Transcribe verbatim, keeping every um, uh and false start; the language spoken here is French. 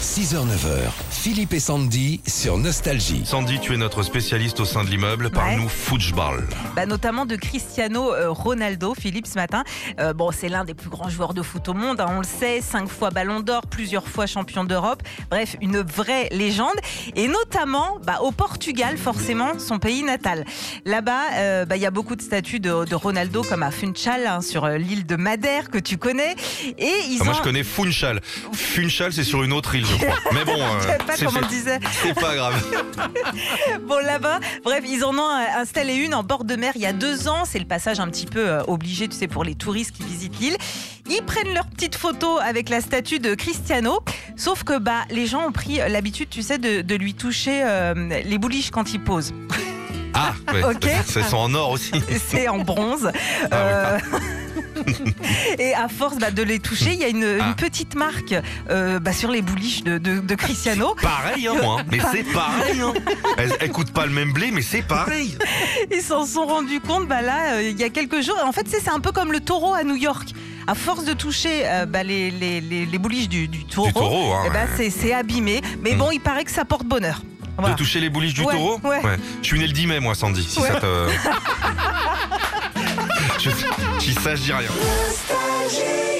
six heures neuf heures, Philippe et Sandy sur Nostalgie. Sandy, tu es notre spécialiste au sein de l'immeuble. Parle-nous Ouais. football. Bah, notamment de Cristiano euh, Ronaldo, Philippe, ce matin. Euh, bon, c'est l'un des plus grands joueurs de foot au monde, hein, on le sait, cinq fois Ballon d'Or, plusieurs fois champion d'Europe. Bref, une vraie légende. Et notamment bah, au Portugal, forcément, son pays natal. Là-bas, euh, bah, y a beaucoup de statues de, de Ronaldo, comme à Funchal, hein, sur euh, l'île de Madère, que tu connais. Et ils Ah, moi, ont... je connais Funchal. Funchal, c'est sur une autre île, je crois. Mais bon, euh, Je sais pas c'est, comment c'est- on disait. c'est pas grave. Bon, là-bas, bref, ils en ont euh, installé une en bord de mer il y a deux ans. C'est le passage un petit peu euh, obligé, tu sais, pour les touristes qui visitent l'île. Ils prennent leur petite photo avec la statue de Cristiano. Sauf que bah, les gens ont pris l'habitude, tu sais, de, de lui toucher euh, les bouliches quand il pose. Ah, ouais. Ok. Elles sont en or aussi. C'est en bronze. Ah, Euh, Et à force bah, de les toucher, il y a une, une Ah. petite marque euh, bah, sur les bouliches de, de, de Cristiano. Pareil, hein, moi. Mais c'est pareil. Hein. Elles, elles coûtent pas le même blé, mais c'est pareil. Ils s'en sont rendus compte bah, là, euh, il y a quelques jours. En fait, c'est, c'est un peu comme le taureau à New York. À force de toucher euh, bah, les, les, les, les bouliches du, du taureau, Du taureau, hein, eh ben, ouais. c'est, c'est abîmé. Mais Mm. bon, il paraît que ça porte bonheur. Voilà. De toucher les bouliches du Ouais, taureau. ouais. Je suis né le dix mai, moi, Sandy. Si Ouais. ça te. je, si ça, je dis rien. Nostalgie.